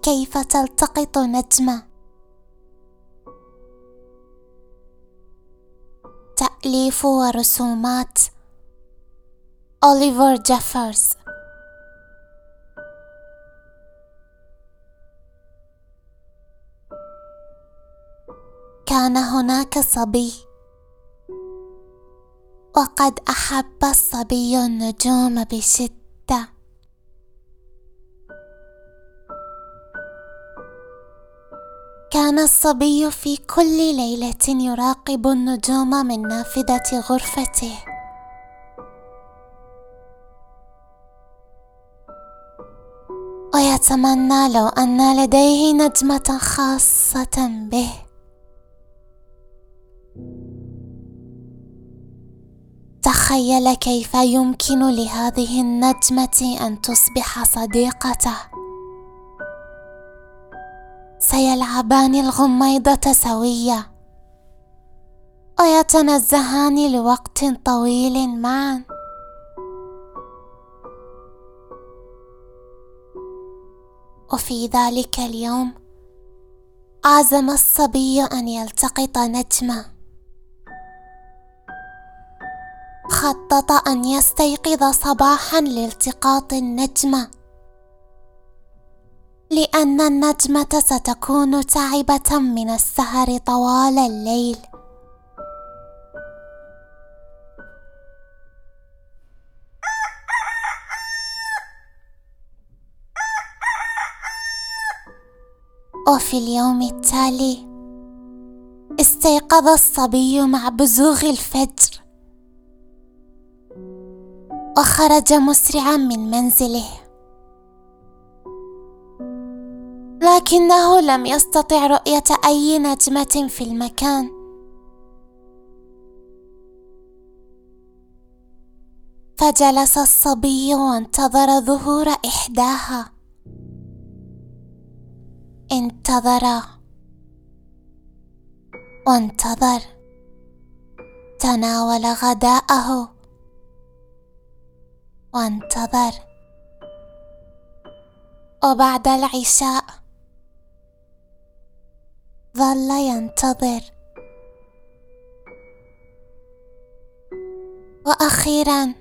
كيف تلتقط نجمة. تأليف ورسومات أوليفر جيفرز. كان هناك صبي، وقد أحب الصبي النجوم بشدة. كان الصبي في كل ليلة يراقب النجوم من نافذة غرفته، ويتمنى لو أن لديه نجمة خاصة به. تخيل كيف يمكن لهذه النجمة أن تصبح صديقته. سيلعبان الغميضة سويا، ويتنزهان لوقت طويل معا. وفي ذلك اليوم عزم الصبي أن يلتقط نجمة. خطط أن يستيقظ صباحا لالتقاط النجمة، لأن النجمة ستكون تعبة من السهر طوال الليل. وفي اليوم التالي استيقظ الصبي مع بزوغ الفجر، وخرج مسرعا من منزله، لكنه لم يستطع رؤية أي نجمة في المكان. فجلس الصبي وانتظر ظهور إحداها. انتظر وانتظر، تناول غداءه وانتظر، وبعد العشاء ظل ينتظر. وأخيرا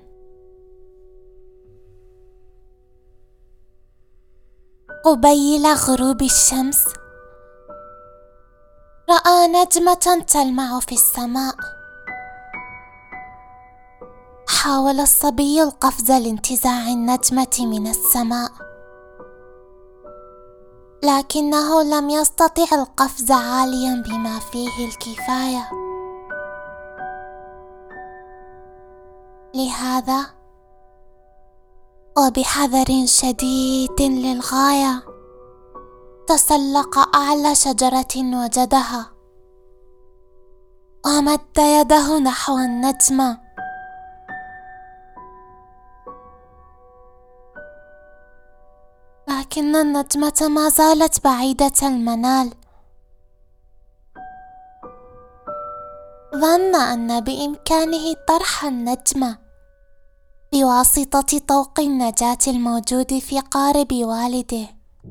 قبيل غروب الشمس رأى نجمة تلمع في السماء. حاول الصبي القفز لانتزاع النجمة من السماء، لكنه لم يستطع القفز عاليا بما فيه الكفاية. لهذا وبحذر شديد للغاية تسلق أعلى شجرة وجدها، ومد يده نحو النجمة. لكن النجمة ما زالت بعيدة المنال. ظن أن بإمكانه طرح النجمة بواسطة طوق النجاة الموجود في قارب والده.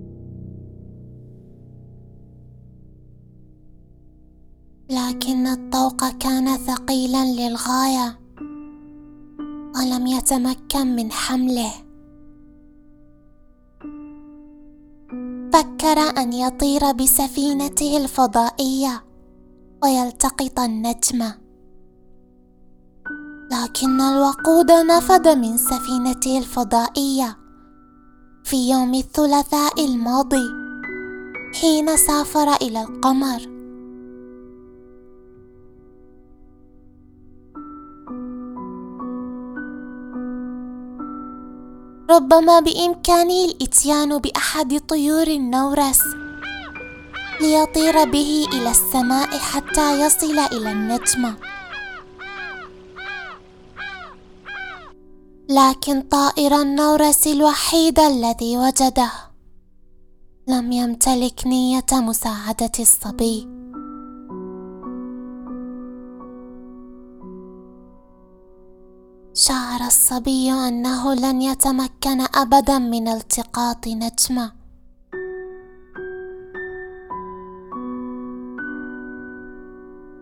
لكن الطوق كان ثقيلا للغاية، ولم يتمكن من حمله. فكر أن يطير بسفينته الفضائية ويلتقط النجمة، لكن الوقود نفد من سفينته الفضائية في يوم الثلاثاء الماضي حين سافر إلى القمر. ربما بإمكانه الإتيان بأحد طيور النورس ليطير به إلى السماء حتى يصل إلى النجمة. لكن طائر النورس الوحيد الذي وجده لم يمتلك نية مساعدة الصبي. شعر الصبي أنه لن يتمكن أبدا من التقاط نجمة،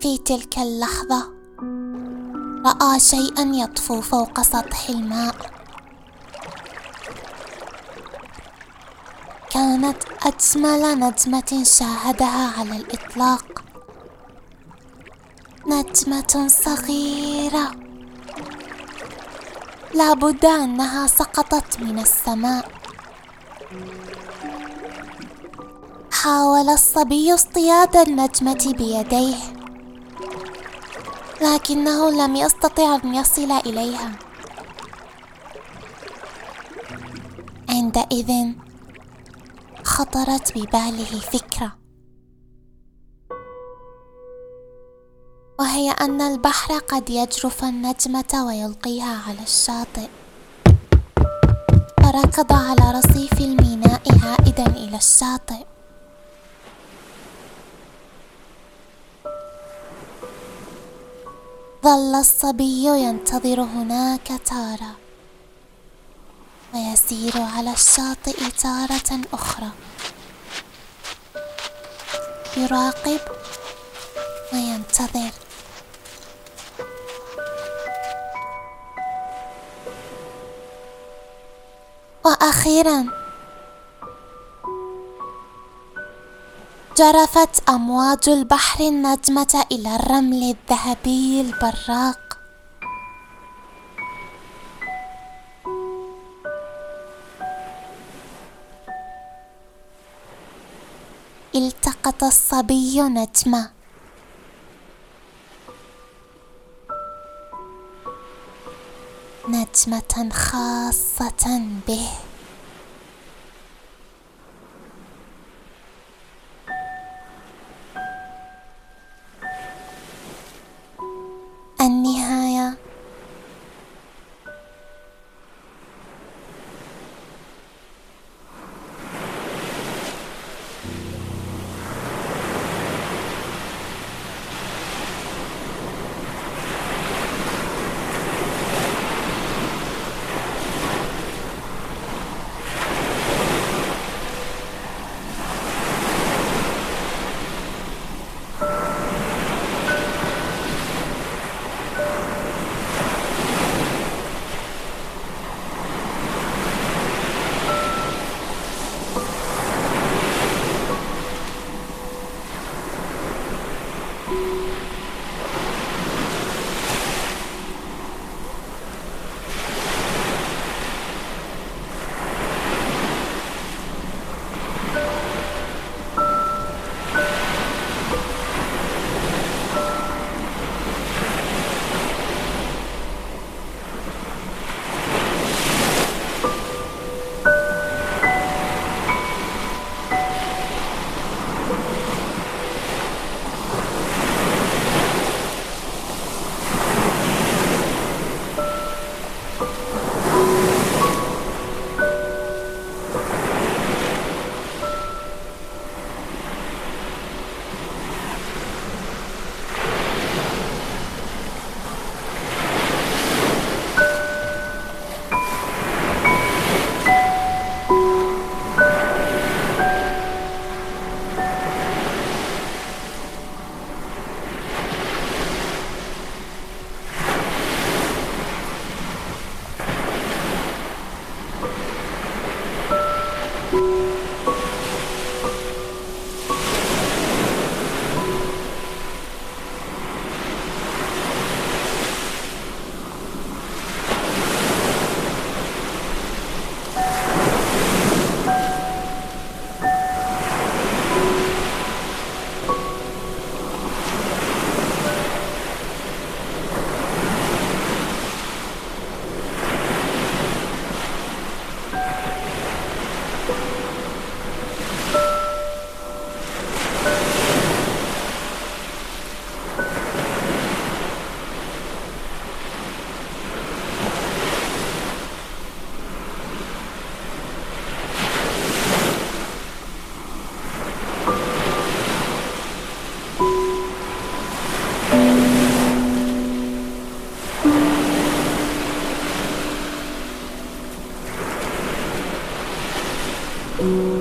في تلك اللحظة رأى شيئا يطفو فوق سطح الماء. كانت أجمل نجمة شاهدها على الإطلاق، نجمة صغيرة لابد أنها سقطت من السماء. حاول الصبي اصطياد النجمة بيديه، لكنه لم يستطع أن يصل إليها. عندئذ خطرت بباله فكرة، وهي أن البحر قد يجرف النجمة ويلقيها على الشاطئ. فركض على رصيف الميناء عائدا إلى الشاطئ. ظل الصبي ينتظر هناك تارة، ويسير على الشاطئ تارة أخرى، يراقب وينتظر. وأخيرا جرفت أمواج البحر النجمة إلى الرمل الذهبي البراق. التقط الصبي نجمة، نجمة خاصة به. النهاية. Thank you.